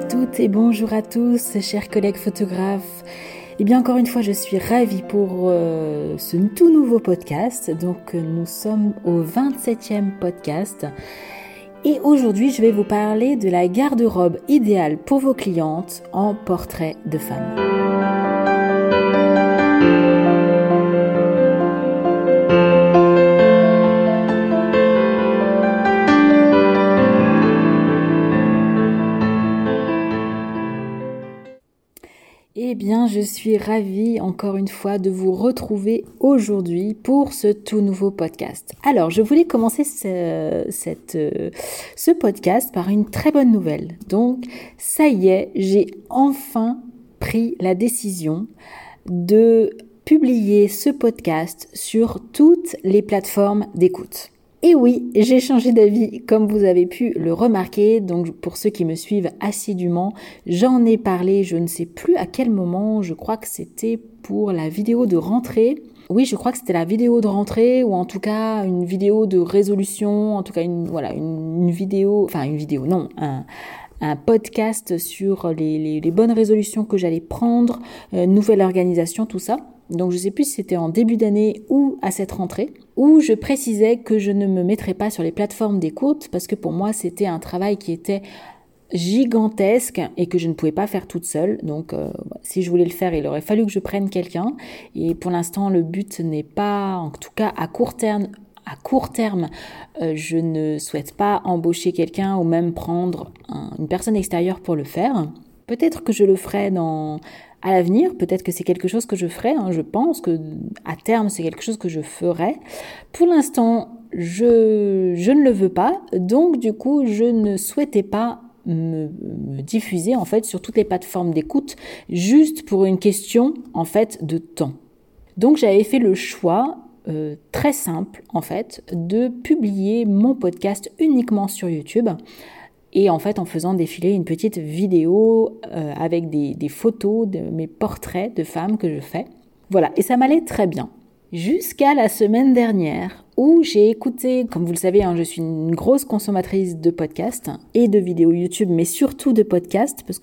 toutes et bonjour à tous, chers collègues photographes. Et bien encore une fois, je suis ravie pour ce tout nouveau podcast. Donc nous sommes au 27e podcast. Et aujourd'hui, je vais vous parler de la garde-robe idéale pour vos clientes en portrait de femme. Eh bien, je suis ravie encore une fois de vous retrouver aujourd'hui pour ce tout nouveau podcast. Alors, je voulais commencer ce podcast par une très bonne nouvelle. Donc, ça y est, j'ai enfin pris la décision de publier ce podcast sur toutes les plateformes d'écoute. Et oui, j'ai changé d'avis comme vous avez pu le remarquer, donc pour ceux qui me suivent assidûment, j'en ai parlé, je ne sais plus à quel moment, je crois que c'était pour la vidéo de rentrée. Oui, je crois que c'était la vidéo de rentrée ou en tout cas une vidéo de résolution, en tout cas un podcast sur les bonnes résolutions que j'allais prendre, nouvelle organisation, tout ça. Donc je ne sais plus si c'était en début d'année ou à cette rentrée, où je précisais que je ne me mettrais pas sur les plateformes d'écoute parce que pour moi c'était un travail qui était gigantesque et que je ne pouvais pas faire toute seule. Donc si je voulais le faire, il aurait fallu que je prenne quelqu'un. Et pour l'instant, le but n'est pas, en tout cas à court terme, je ne souhaite pas embaucher quelqu'un ou même prendre une personne extérieure pour le faire. Peut-être que je le ferai à l'avenir, peut-être que c'est quelque chose que je ferai, je pense que à terme c'est quelque chose que je ferai. Pour l'instant, je ne le veux pas, donc du coup je ne souhaitais pas me diffuser en fait sur toutes les plateformes d'écoute, juste pour une question en fait de temps. Donc j'avais fait le choix très simple en fait de publier mon podcast uniquement sur YouTube. Et en fait, en faisant défiler une petite vidéo avec des photos de mes portraits de femmes que je fais. Voilà, et ça m'allait très bien. Jusqu'à la semaine dernière, où j'ai écouté, comme vous le savez, je suis une grosse consommatrice de podcasts et de vidéos YouTube, mais surtout de podcasts, parce que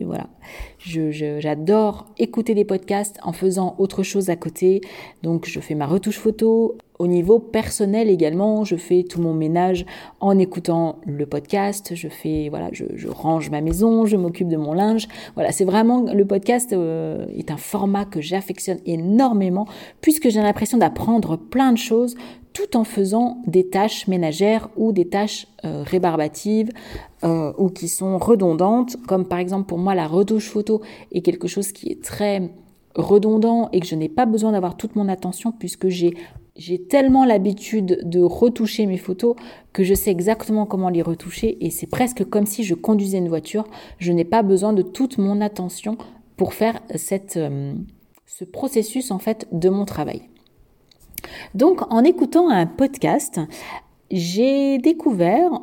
j'adore écouter des podcasts en faisant autre chose à côté. Donc je fais ma retouche photo. Au niveau personnel également, je fais tout mon ménage en écoutant le podcast. Je range ma maison, je m'occupe de mon linge. Voilà, c'est vraiment, le podcast est un format que j'affectionne énormément puisque j'ai l'impression d'apprendre plein de choses tout en faisant des tâches ménagères ou des tâches rébarbatives ou qui sont redondantes, comme par exemple pour moi la retouche photo est quelque chose qui est très redondant et que je n'ai pas besoin d'avoir toute mon attention puisque j'ai tellement l'habitude de retoucher mes photos que je sais exactement comment les retoucher et c'est presque comme si je conduisais une voiture. Je n'ai pas besoin de toute mon attention pour faire ce processus en fait de mon travail. Donc en écoutant un podcast, j'ai découvert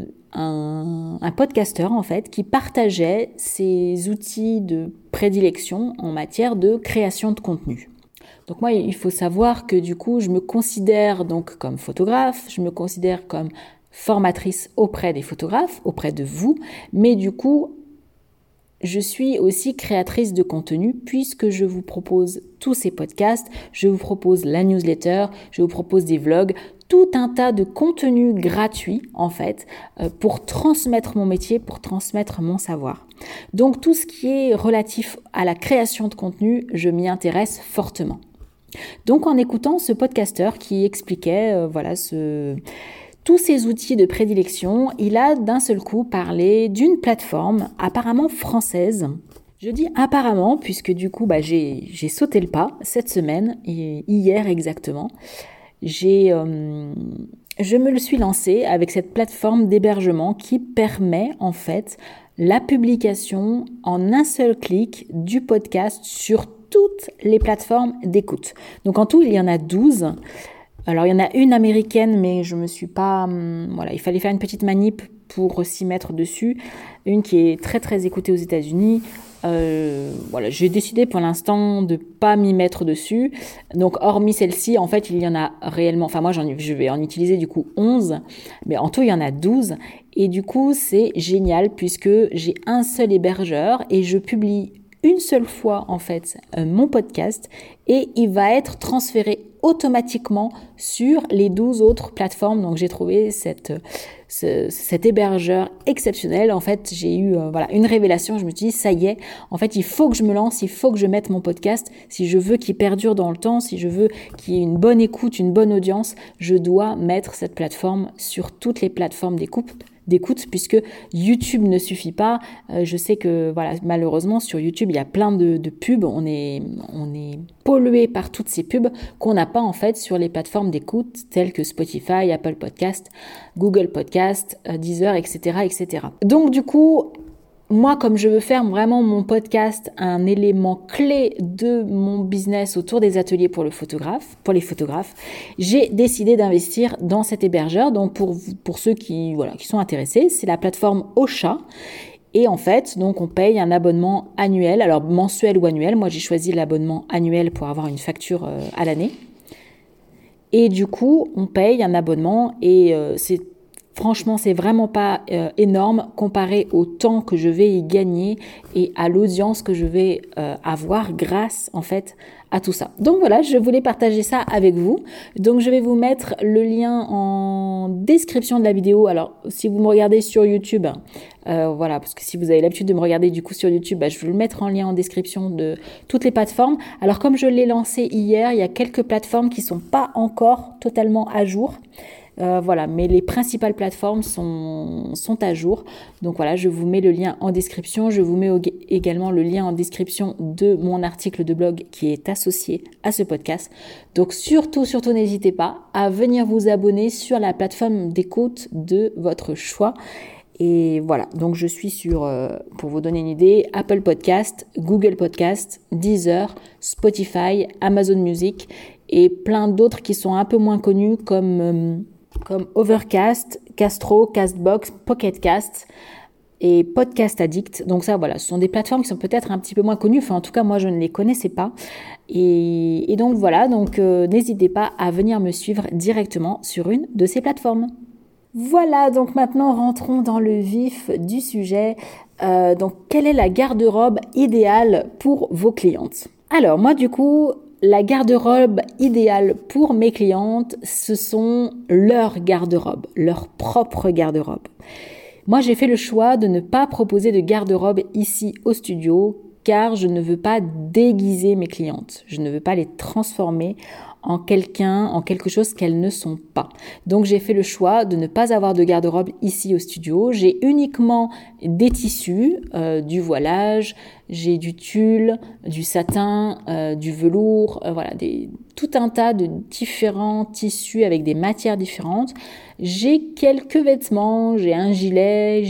un podcasteur en fait qui partageait ses outils de prédilection en matière de création de contenu. Donc moi, il faut savoir que du coup, je me considère donc comme photographe, je me considère comme formatrice auprès des photographes, auprès de vous, mais du coup, je suis aussi créatrice de contenu puisque je vous propose tous ces podcasts, je vous propose la newsletter, je vous propose des vlogs, tout un tas de contenus gratuits en fait pour transmettre mon métier, pour transmettre mon savoir. Donc tout ce qui est relatif à la création de contenu, je m'y intéresse fortement. Donc en écoutant ce podcasteur qui expliquait tous ces outils de prédilection, il a d'un seul coup parlé d'une plateforme apparemment française. Je dis apparemment puisque du coup j'ai sauté le pas cette semaine, hier exactement. Je me le suis lancée avec cette plateforme d'hébergement qui permet en fait la publication en un seul clic du podcast sur toutes les plateformes d'écoute. Donc en tout, il y en a 12. Alors il y en a une américaine, mais je me suis pas... il fallait faire une petite manip pour s'y mettre dessus. Une qui est très très écoutée aux États-Unis, Voilà, j'ai décidé pour l'instant de pas m'y mettre dessus. Donc, hormis celle-ci, en fait, il y en a réellement, enfin moi, je vais en utiliser du coup 11, mais en tout, il y en a 12. Et du coup, c'est génial puisque j'ai un seul hébergeur et je publie une seule fois en fait mon podcast et il va être transféré automatiquement sur les 12 autres plateformes. Donc j'ai trouvé cet hébergeur exceptionnel. En fait, j'ai eu une révélation. Je me suis dit, ça y est, en fait, il faut que je me lance, il faut que je mette mon podcast. Si je veux qu'il perdure dans le temps, si je veux qu'il y ait une bonne écoute, une bonne audience, je dois mettre cette plateforme sur toutes les plateformes d'écoute puisque YouTube ne suffit pas. Je sais que malheureusement sur YouTube il y a plein de pubs, on est pollué par toutes ces pubs qu'on n'a pas en fait sur les plateformes d'écoute telles que Spotify, Apple Podcast, Google Podcast, Deezer, etc. Donc du coup, moi, comme je veux faire vraiment mon podcast un élément clé de mon business autour des ateliers pour les photographes, j'ai décidé d'investir dans cet hébergeur. Donc, pour ceux qui sont intéressés, c'est la plateforme Ocha. Et en fait, donc, on paye un abonnement annuel, alors mensuel ou annuel. Moi, j'ai choisi l'abonnement annuel pour avoir une facture à l'année. Et du coup, on paye un abonnement et franchement, c'est vraiment pas énorme comparé au temps que je vais y gagner et à l'audience que je vais avoir grâce en fait à tout ça. Donc voilà, je voulais partager ça avec vous. Donc je vais vous mettre le lien en description de la vidéo. Alors si vous me regardez sur YouTube, parce que si vous avez l'habitude de me regarder du coup sur YouTube, je vais le mettre en lien en description de toutes les plateformes. Alors comme je l'ai lancé hier, il y a quelques plateformes qui sont pas encore totalement à jour. Mais les principales plateformes sont à jour. Donc voilà, je vous mets le lien en description. Je vous mets également le lien en description de mon article de blog qui est associé à ce podcast. Donc surtout, n'hésitez pas à venir vous abonner sur la plateforme d'écoute de votre choix. Et voilà, donc je suis sur, pour vous donner une idée, Apple Podcast, Google Podcast, Deezer, Spotify, Amazon Music et plein d'autres qui sont un peu moins connus comme Overcast, Castro, Castbox, Pocket Cast et Podcast Addict. Donc ça, ce sont des plateformes qui sont peut-être un petit peu moins connues. Enfin, en tout cas, moi, je ne les connaissais pas. Et donc voilà, n'hésitez pas à venir me suivre directement sur une de ces plateformes. Voilà, donc maintenant, rentrons dans le vif du sujet. Donc, quelle est la garde-robe idéale pour vos clientes ? Alors, moi, du coup, la garde-robe idéale pour mes clientes, ce sont leurs garde-robes, leur propre garde-robe. Moi, j'ai fait le choix de ne pas proposer de garde-robe ici au studio car je ne veux pas déguiser mes clientes. Je ne veux pas les transformer en quelque chose qu'elles ne sont pas. Donc, j'ai fait le choix de ne pas avoir de garde-robe ici au studio. J'ai uniquement des tissus, du voilage, j'ai du tulle, du satin, du velours, tout un tas de différents tissus avec des matières différentes. J'ai quelques vêtements, j'ai un gilet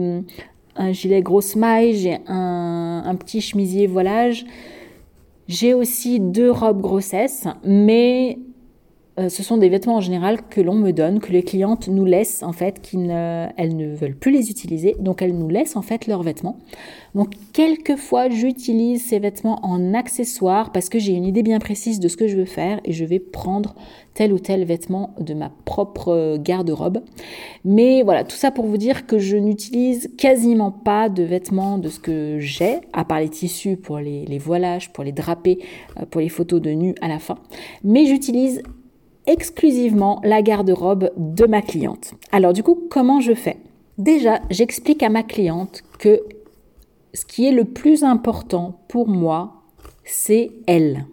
grosse maille, j'ai un petit chemisier voilage. J'ai aussi 2 robes grossesse, mais ce sont des vêtements en général que l'on me donne, que les clientes nous laissent en fait, elles ne veulent plus les utiliser, donc elles nous laissent en fait leurs vêtements. Donc quelquefois j'utilise ces vêtements en accessoire parce que j'ai une idée bien précise de ce que je veux faire et je vais prendre tel ou tel vêtement de ma propre garde-robe. Mais voilà, tout ça pour vous dire que je n'utilise quasiment pas de vêtements de ce que j'ai, à part les tissus pour les voilages, pour les drapés, pour les photos de nu à la fin. Mais j'utilise exclusivement la garde-robe de ma cliente. Alors du coup, comment je fais ? Déjà, j'explique à ma cliente que ce qui est le plus important pour moi, c'est elle.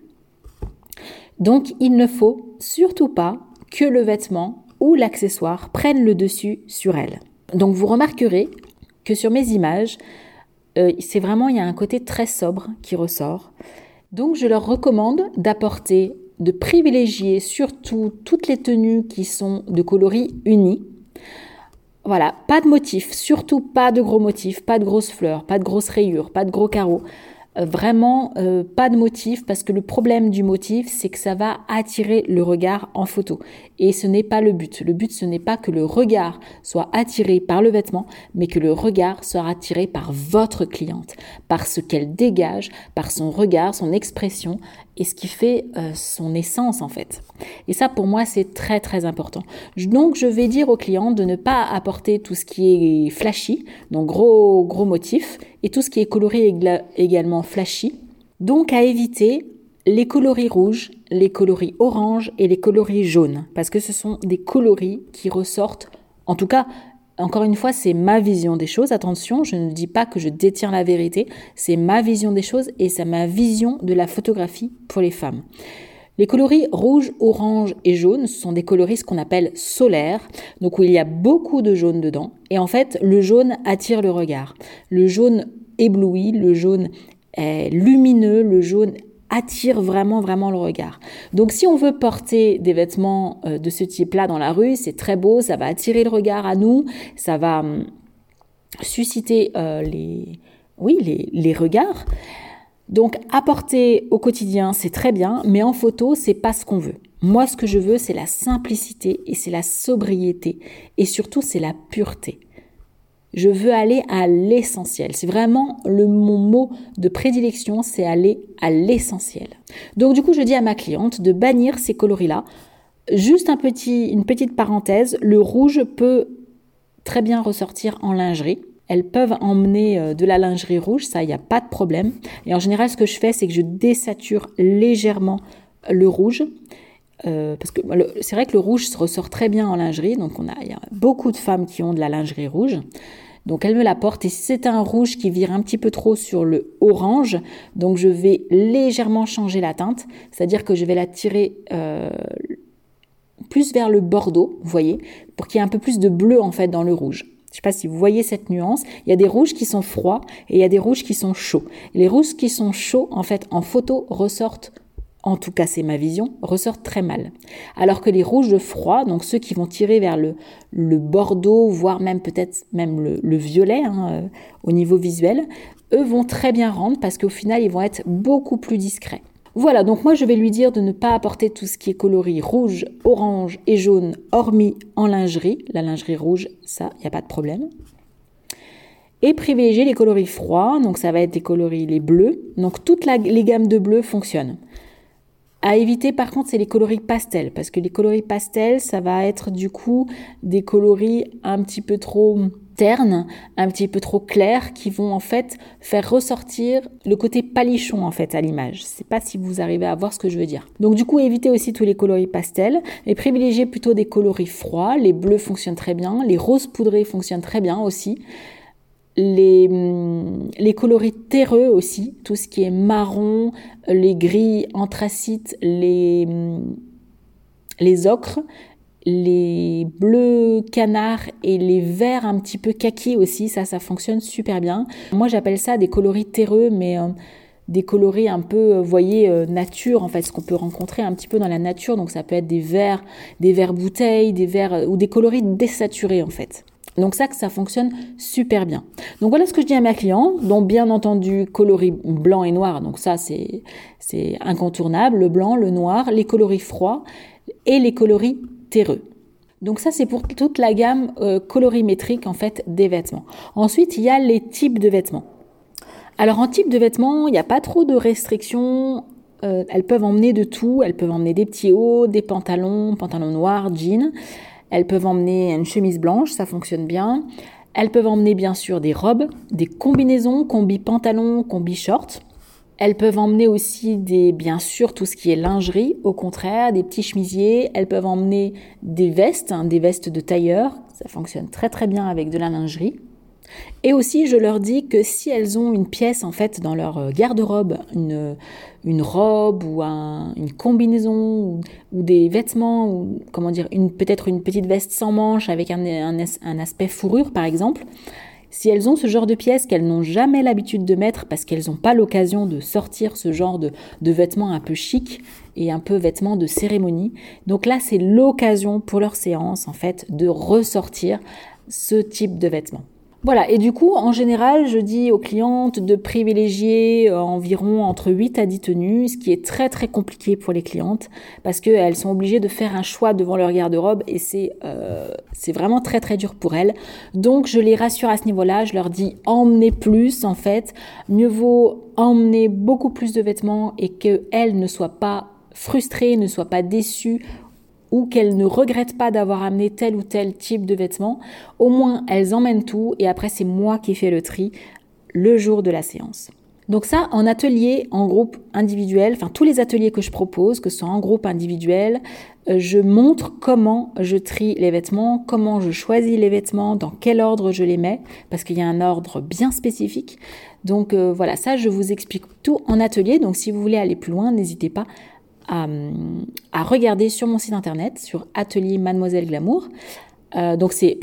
Donc, il ne faut surtout pas que le vêtement ou l'accessoire prenne le dessus sur elle. Donc, vous remarquerez que sur mes images, il y a un côté très sobre qui ressort. Donc, je leur recommande de privilégier surtout toutes les tenues qui sont de coloris unis. Voilà, pas de motifs, surtout pas de gros motifs, pas de grosses fleurs, pas de grosses rayures, pas de gros carreaux. Vraiment, pas de motif, parce que le problème du motif, c'est que ça va attirer le regard en photo. Et ce n'est pas le but. Le but, ce n'est pas que le regard soit attiré par le vêtement, mais que le regard soit attiré par votre cliente, par ce qu'elle dégage, par son regard, son expression et ce qui fait son essence en fait. Et ça, pour moi, c'est très très important. Donc, je vais dire aux clients de ne pas apporter tout ce qui est flashy, donc gros motifs, et tout ce qui est coloré également flashy. Donc, à éviter les coloris rouges, les coloris orange et les coloris jaunes, parce que ce sont des coloris qui ressortent, en tout cas, encore une fois, c'est ma vision des choses. Attention, je ne dis pas que je détiens la vérité, c'est ma vision des choses et c'est ma vision de la photographie pour les femmes. Les coloris rouge, orange et jaune, ce sont des coloris ce qu'on appelle solaires, donc où il y a beaucoup de jaune dedans. Et en fait, le jaune attire le regard. Le jaune éblouit, le jaune est lumineux, le jaune attire vraiment le regard. Donc si on veut porter des vêtements de ce type-là dans la rue, c'est très beau, ça va attirer le regard à nous, ça va susciter les regards. Donc apporter au quotidien, c'est très bien, mais en photo, c'est pas ce qu'on veut. Moi, ce que je veux, c'est la simplicité et c'est la sobriété et surtout, c'est la pureté. Je veux aller à l'essentiel. C'est vraiment mon mot de prédilection, c'est aller à l'essentiel. Donc du coup, je dis à ma cliente de bannir ces coloris-là. Juste une petite parenthèse, le rouge peut très bien ressortir en lingerie. Elles peuvent emmener de la lingerie rouge, ça, il n'y a pas de problème. Et en général, ce que je fais, c'est que je désature légèrement le rouge. Parce que c'est vrai que le rouge se ressort très bien en lingerie, donc il y a beaucoup de femmes qui ont de la lingerie rouge, donc elles me la portent, et si c'est un rouge qui vire un petit peu trop sur le orange, donc je vais légèrement changer la teinte, c'est-à-dire que je vais la tirer plus vers le bordeaux, vous voyez, pour qu'il y ait un peu plus de bleu en fait dans le rouge. Je ne sais pas si vous voyez cette nuance. Il y a des rouges qui sont froids et il y a des rouges qui sont chauds. Les rouges qui sont chauds, en fait, en photo, ressortent, en tout cas c'est ma vision, ressortent très mal. Alors que les rouges froids, donc ceux qui vont tirer vers le bordeaux, voire même peut-être même le violet au niveau visuel, eux vont très bien rendre parce qu'au final, ils vont être beaucoup plus discrets. Voilà, donc moi je vais lui dire de ne pas apporter tout ce qui est coloris rouge, orange et jaune, hormis en lingerie. La lingerie rouge, ça, il n'y a pas de problème. Et privilégier les coloris froids, donc ça va être des coloris les bleus. Donc toutes les gammes de bleus fonctionnent. À éviter par contre, c'est les coloris pastels, parce que les coloris pastels, ça va être du coup des coloris un petit peu trop ternes, un petit peu trop clairs, qui vont en fait faire ressortir le côté palichon en fait à l'image. Je sais pas si vous arrivez à voir ce que je veux dire. Donc du coup, évitez aussi tous les coloris pastels et privilégiez plutôt des coloris froids. Les bleus fonctionnent très bien, les roses poudrés fonctionnent très bien aussi. Les coloris terreux aussi, tout ce qui est marron, les gris anthracite, les ocres, les bleus canards et les verts un petit peu kaki aussi, ça fonctionne super bien. Moi j'appelle ça des coloris terreux, mais des coloris un peu, vous voyez, nature en fait, ce qu'on peut rencontrer un petit peu dans la nature. Donc ça peut être des verts bouteilles, des verts ou des coloris désaturés en fait. Donc ça fonctionne super bien. Donc voilà ce que je dis à mes clients, dont bien entendu coloris blanc et noir, donc ça c'est incontournable, le blanc, le noir, les coloris froids et les coloris terreux. Donc ça c'est pour toute la gamme colorimétrique en fait des vêtements. Ensuite il y a les types de vêtements. Alors en type de vêtements, il n'y a pas trop de restrictions. Elles peuvent emmener de tout, elles peuvent emmener des petits hauts, des pantalons noirs, jeans. Elles peuvent emmener une chemise blanche, ça fonctionne bien. Elles peuvent emmener bien sûr des robes, des combinaisons, combi pantalon, combi short. Elles peuvent emmener aussi bien sûr tout ce qui est lingerie, au contraire, des petits chemisiers. Elles peuvent emmener des vestes, des vestes de tailleur. Ça fonctionne très très bien avec de la lingerie. Et aussi, je leur dis que si elles ont une pièce en fait dans leur garde-robe, une robe ou une combinaison ou des vêtements ou peut-être une petite veste sans manches avec un aspect fourrure par exemple, si elles ont ce genre de pièces qu'elles n'ont jamais l'habitude de mettre parce qu'elles n'ont pas l'occasion de sortir ce genre de vêtements un peu chic et un peu vêtements de cérémonie, donc là c'est l'occasion pour leur séance en fait de ressortir ce type de vêtements. Voilà, et du coup, en général, je dis aux clientes de privilégier environ entre 8 à 10 tenues, ce qui est très très compliqué pour les clientes, parce qu'elles sont obligées de faire un choix devant leur garde-robe, et c'est vraiment très très dur pour elles. Donc je les rassure à ce niveau-là, je leur dis emmenez plus en fait, mieux vaut emmener beaucoup plus de vêtements et qu'elles ne soient pas frustrées, ne soient pas déçues, ou qu'elles ne regrettent pas d'avoir amené tel ou tel type de vêtements, au moins elles emmènent tout et après c'est moi qui fais le tri le jour de la séance. Donc ça, en atelier, en groupe individuel, enfin tous les ateliers que je propose, que ce soit en groupe individuel, je montre comment je trie les vêtements, comment je choisis les vêtements, dans quel ordre je les mets, parce qu'il y a un ordre bien spécifique. Donc voilà, ça je vous explique tout en atelier, donc si vous voulez aller plus loin, n'hésitez pas à regarder sur mon site internet, sur Atelier Mademoiselle Glamour. Donc c'est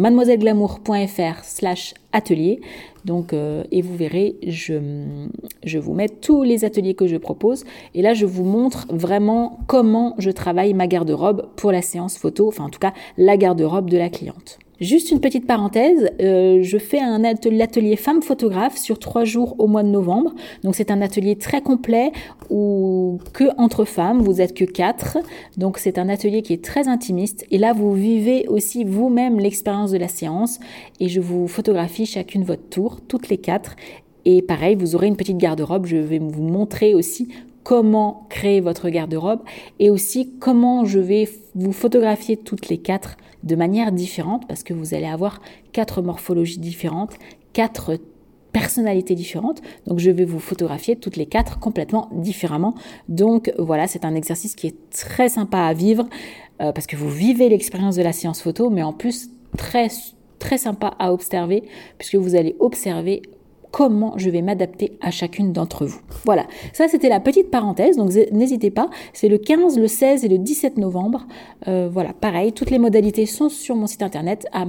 mademoiselleglamour.fr/atelier. Donc et vous verrez, je vous mets tous les ateliers que je propose. Et là, je vous montre vraiment comment je travaille ma garde-robe pour la séance photo, enfin en tout cas la garde-robe de la cliente. Juste une petite parenthèse, je fais l'atelier femme photographe sur 3 jours au mois de novembre. Donc c'est un atelier très complet où que entre femmes, vous êtes que 4. Donc c'est un atelier qui est très intimiste. Et là, vous vivez aussi vous-même l'expérience de la séance. Et je vous photographie chacune votre tour, toutes les 4. Et pareil, vous aurez une petite garde-robe. Je vais vous montrer aussi comment créer votre garde-robe et aussi comment je vais vous photographier toutes les 4 de manière différente parce que vous allez avoir 4 morphologies différentes, 4 personnalités différentes. Donc je vais vous photographier toutes les 4 complètement différemment. Donc voilà, c'est un exercice qui est très sympa à vivre parce que vous vivez l'expérience de la séance photo, mais en plus très très sympa à observer puisque vous allez observer comment je vais m'adapter à chacune d'entre vous. Voilà, ça c'était la petite parenthèse, donc n'hésitez pas, c'est le 15, le 16 et le 17 novembre. Voilà, pareil, toutes les modalités sont sur mon site internet à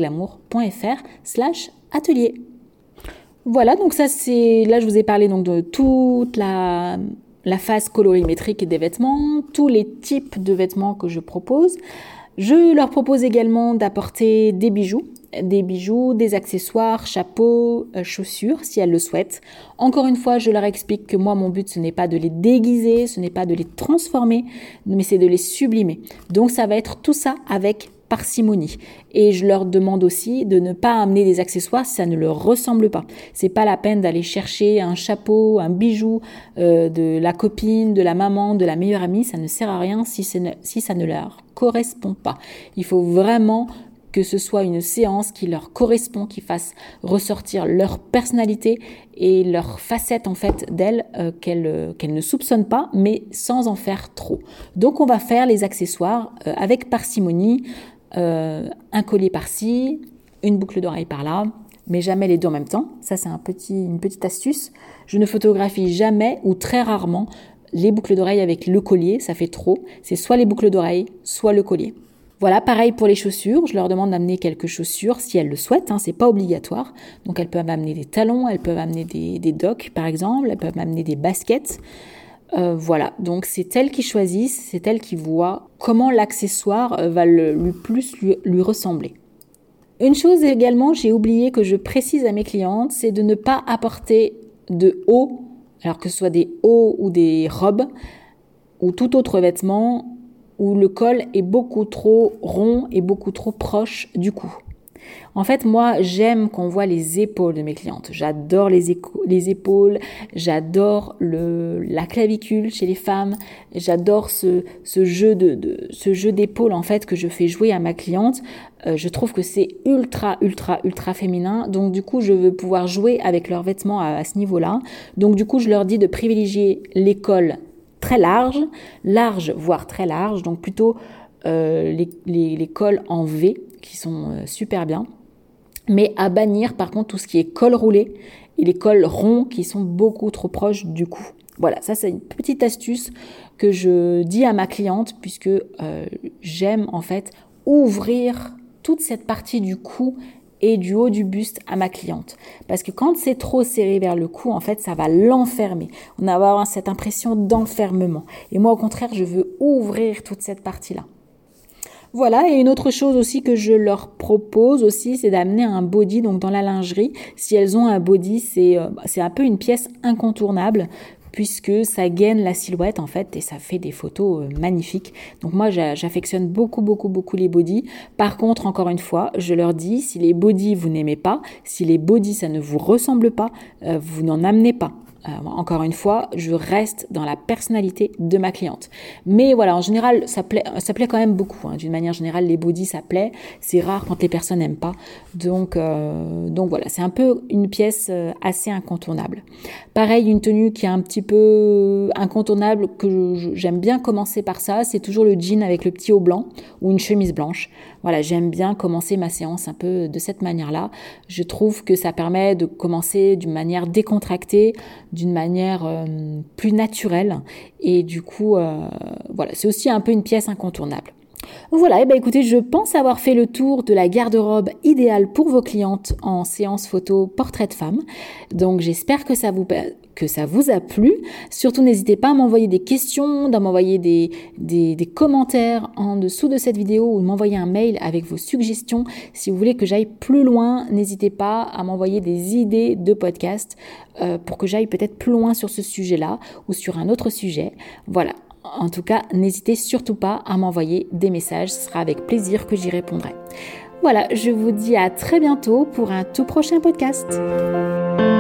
mademoiselleglamour.fr/atelier. Voilà, donc ça c'est, là je vous ai parlé donc de toute la phase colorimétrique des vêtements, tous les types de vêtements que je propose. Je leur propose également d'apporter des bijoux, des accessoires, chapeaux, chaussures, si elles le souhaitent. Encore une fois, je leur explique que moi, mon but, ce n'est pas de les déguiser, ce n'est pas de les transformer, mais c'est de les sublimer. Donc, ça va être tout ça avec parcimonie. Et je leur demande aussi de ne pas amener des accessoires si ça ne leur ressemble pas. C'est pas la peine d'aller chercher un chapeau, un bijou de la copine, de la maman, de la meilleure amie. Ça ne sert à rien si ça ne leur correspond pas. Il faut vraiment que ce soit une séance qui leur correspond, qui fasse ressortir leur personnalité et leur facette en fait d'elles qu'elles ne soupçonnent pas, mais sans en faire trop. Donc on va faire les accessoires avec parcimonie, un collier par-ci, une boucle d'oreille par-là, mais jamais les deux en même temps. Ça c'est une petite astuce. Je ne photographie jamais ou très rarement les boucles d'oreilles avec le collier, ça fait trop. C'est soit les boucles d'oreilles, soit le collier. Voilà, pareil pour les chaussures, je leur demande d'amener quelques chaussures si elles le souhaitent, c'est pas obligatoire. Donc elles peuvent amener des talons, elles peuvent amener des docks par exemple, elles peuvent amener des baskets. Voilà, donc c'est elles qui choisissent, c'est elles qui voient comment l'accessoire va le plus lui ressembler. Une chose également, j'ai oublié que je précise à mes clientes, c'est de ne pas apporter de haut, alors que ce soit des hauts ou des robes ou tout autre vêtement où le col est beaucoup trop rond et beaucoup trop proche du cou. En fait, moi, j'aime qu'on voit les épaules de mes clientes. J'adore les épaules, j'adore la clavicule chez les femmes, j'adore ce jeu d'épaules en fait que je fais jouer à ma cliente. Je trouve que c'est ultra féminin. Donc du coup, je veux pouvoir jouer avec leurs vêtements à ce niveau-là. Donc du coup, je leur dis de privilégier les cols très larges, voire très larges, donc plutôt les cols en V qui sont super bien, mais à bannir par contre tout ce qui est col roulé et les cols ronds qui sont beaucoup trop proches du cou. Voilà, ça c'est une petite astuce que je dis à ma cliente puisque j'aime en fait ouvrir toute cette partie du cou et du haut du buste à ma cliente. Parce que quand c'est trop serré vers le cou, en fait, ça va l'enfermer. On va avoir cette impression d'enfermement. Et moi, au contraire, je veux ouvrir toute cette partie-là. Voilà, et une autre chose aussi que je leur propose aussi, c'est d'amener un body, donc dans la lingerie. Si elles ont un body, c'est un peu une pièce incontournable puisque ça gaine la silhouette en fait et ça fait des photos magnifiques. Donc moi j'affectionne beaucoup les bodys. Par contre, encore une fois, je leur dis, si les bodys vous n'aimez pas, si les bodys ça ne vous ressemble pas, vous n'en amenez pas. Encore une fois, je reste dans la personnalité de ma cliente. Mais voilà, en général, ça plaît quand même beaucoup. D'une manière générale, les bodys, ça plaît. C'est rare quand les personnes n'aiment pas. Donc voilà, c'est un peu une pièce assez incontournable. Pareil, une tenue qui est un petit peu incontournable, que j'aime bien commencer par ça, c'est toujours le jean avec le petit haut blanc ou une chemise blanche. Voilà, j'aime bien commencer ma séance un peu de cette manière-là. Je trouve que ça permet de commencer d'une manière décontractée, d'une manière plus naturelle. Et du coup, voilà, c'est aussi un peu une pièce incontournable. Voilà, et ben écoutez, je pense avoir fait le tour de la garde-robe idéale pour vos clientes en séance photo portrait de femme. Donc j'espère que ça vous a plu. Surtout, n'hésitez pas à m'envoyer des questions, à m'envoyer des commentaires en dessous de cette vidéo ou m'envoyer un mail avec vos suggestions. Si vous voulez que j'aille plus loin, n'hésitez pas à m'envoyer des idées de podcast pour que j'aille peut-être plus loin sur ce sujet-là ou sur un autre sujet. Voilà. En tout cas, n'hésitez surtout pas à m'envoyer des messages, ce sera avec plaisir que j'y répondrai. Voilà, je vous dis à très bientôt pour un tout prochain podcast.